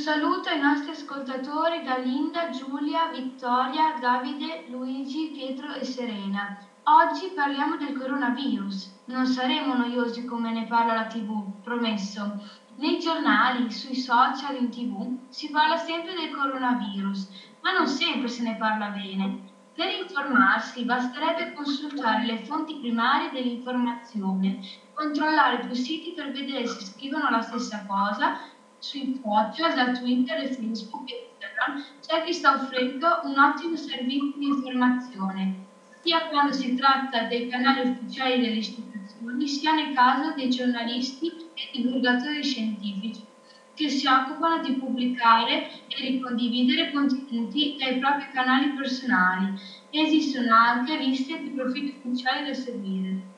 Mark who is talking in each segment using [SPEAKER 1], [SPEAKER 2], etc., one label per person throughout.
[SPEAKER 1] saluto ai nostri ascoltatori da Linda, Giulia, Vittoria, Davide, Luigi, Pietro e Serena. Oggi parliamo del coronavirus. Non saremo noiosi come ne parla la TV, promesso. Nei giornali, sui social, in TV si parla sempre del coronavirus, ma non sempre se ne parla bene. Per informarsi basterebbe consultare le fonti primarie dell'informazione, controllare più siti per vedere se scrivono la stessa cosa. Sui social, da Twitter e Facebook e Instagram c'è chi sta offrendo un ottimo servizio di informazione, sia quando si tratta dei canali ufficiali delle istituzioni, sia nel caso dei giornalisti e divulgatori scientifici che si occupano di pubblicare e ricondividere contenuti dai propri canali personali. Esistono anche liste di profili ufficiali da seguire.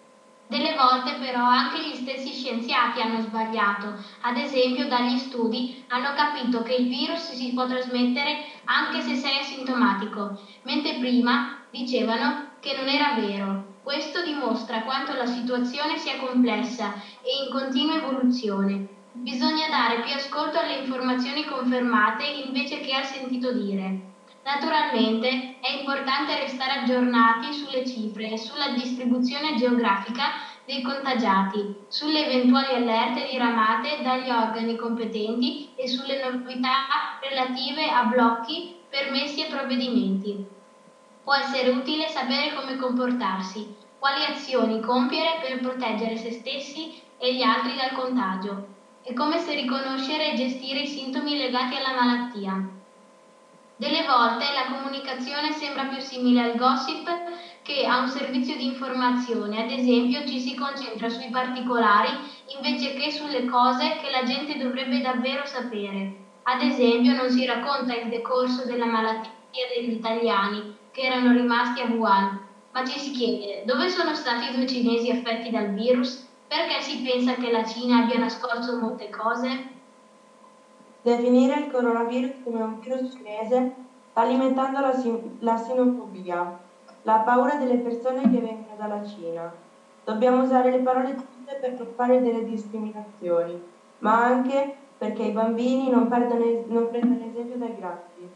[SPEAKER 2] Delle volte però anche gli stessi scienziati hanno sbagliato. Ad esempio, dagli studi hanno capito che il virus si può trasmettere anche se sei asintomatico, mentre prima dicevano che non era vero. Questo dimostra quanto la situazione sia complessa e in continua evoluzione. Bisogna dare più ascolto alle informazioni confermate invece che al sentito dire. Naturalmente è importante restare aggiornati sulle cifre e sulla distribuzione geografica dei contagiati, sulle eventuali allerte diramate dagli organi competenti e sulle novità relative a blocchi, permessi e provvedimenti. Può essere utile sapere come comportarsi, quali azioni compiere per proteggere se stessi e gli altri dal contagio. È come se riconoscere e gestire i sintomi legati alla malattia. Delle volte la comunicazione sembra più simile al gossip che a un servizio di informazione, ad esempio ci si concentra sui particolari invece che sulle cose che la gente dovrebbe davvero sapere. Ad esempio non si racconta il decorso della malattia degli italiani che erano rimasti a Wuhan, ma ci si chiede dove sono stati i 2 cinesi affetti dal virus? Perché si pensa che la Cina abbia nascosto molte cose?
[SPEAKER 3] Definire il coronavirus come un virus cinese sta alimentando la sinofobia, la paura delle persone che vengono dalla Cina. Dobbiamo usare le parole giuste per non fare delle discriminazioni, ma anche perché i bambini non prendano esempio dai grandi.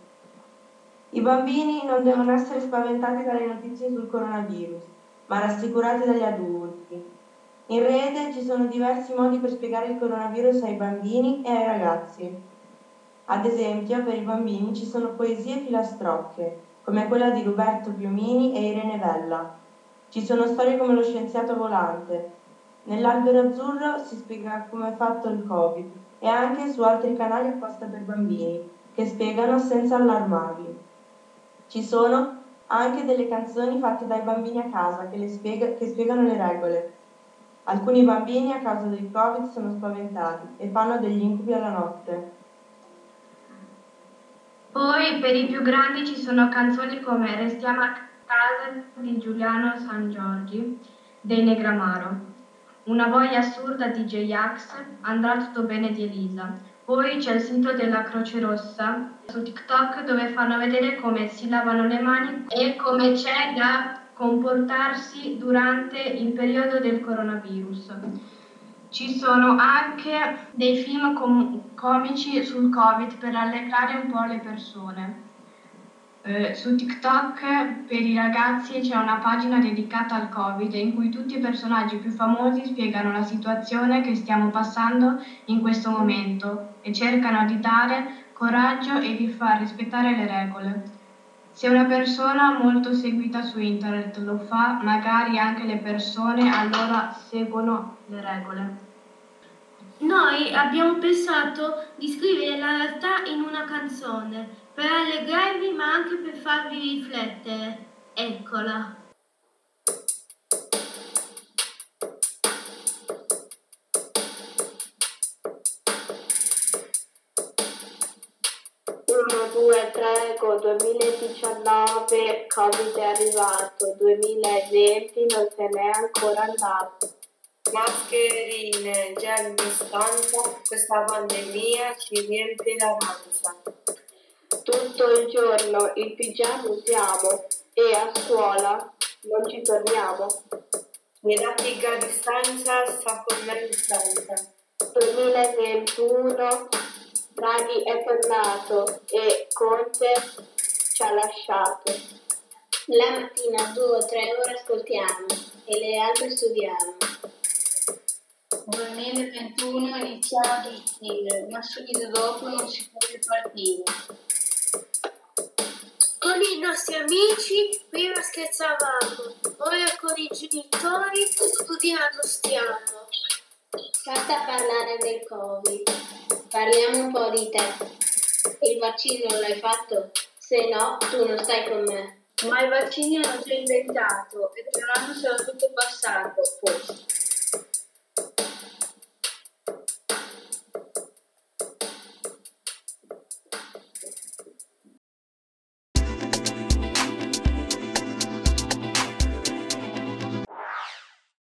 [SPEAKER 3] I bambini non devono essere spaventati dalle notizie sul coronavirus, ma rassicurati dagli adulti. In rete ci sono diversi modi per spiegare il coronavirus ai bambini e ai ragazzi. Ad esempio, per i bambini ci sono poesie filastrocche, come quella di Roberto Piomini e Irene Vella. Ci sono storie come Lo scienziato volante. Nell'Albero azzurro si spiega come è fatto il Covid e anche su altri canali apposta per bambini, che spiegano senza allarmarli. Ci sono anche delle canzoni fatte dai bambini a casa che spiegano le regole. Alcuni bambini a causa del Covid sono spaventati e fanno degli incubi alla notte.
[SPEAKER 1] Poi per i più grandi ci sono canzoni come Restiamo a casa di Giuliano San Giorgi dei Negramaro, Una voglia assurda di J-Ax, Andrà tutto bene di Elisa. Poi c'è il sito della Croce Rossa su TikTok dove fanno vedere come si lavano le mani e come c'è da comportarsi durante il periodo del coronavirus. Ci sono anche dei film comici sul Covid per allegrare un po' le persone. Su TikTok per i ragazzi c'è una pagina dedicata al Covid in cui tutti i personaggi più famosi spiegano la situazione che stiamo passando in questo momento e cercano di dare coraggio e di far rispettare le regole. Se una persona molto seguita su internet lo fa, magari anche le persone allora seguono le regole.
[SPEAKER 4] Noi abbiamo pensato di scrivere la realtà in una canzone, per allegrarvi ma anche per farvi riflettere. Eccola.
[SPEAKER 5] Uno, due, tre, 2019, Covid è arrivato, 2020 non se n'è ancora andato.
[SPEAKER 6] Mascherine, gel, distanza, questa pandemia ci riempie la pancia.
[SPEAKER 5] Tutto il giorno il pigiama usiamo e a scuola non ci torniamo.
[SPEAKER 6] Didattica a distanza sta con me in stanza.
[SPEAKER 5] 2021 Draghi è tornato e Conte ci ha lasciato.
[SPEAKER 2] La mattina 2 o 3 ore ascoltiamo e le altre studiamo.
[SPEAKER 7] Nel 2021 iniziamo a gestire, ma subito dopo non si può più partire.
[SPEAKER 4] Con i nostri amici prima scherzavamo, ora con i genitori studiando stiamo.
[SPEAKER 2] Basta parlare del Covid. Parliamo un po' di te. Il vaccino l'hai fatto? Se no, tu non stai con me.
[SPEAKER 7] Ma i vaccini hanno già inventato e tra un anno sarà tutto passato.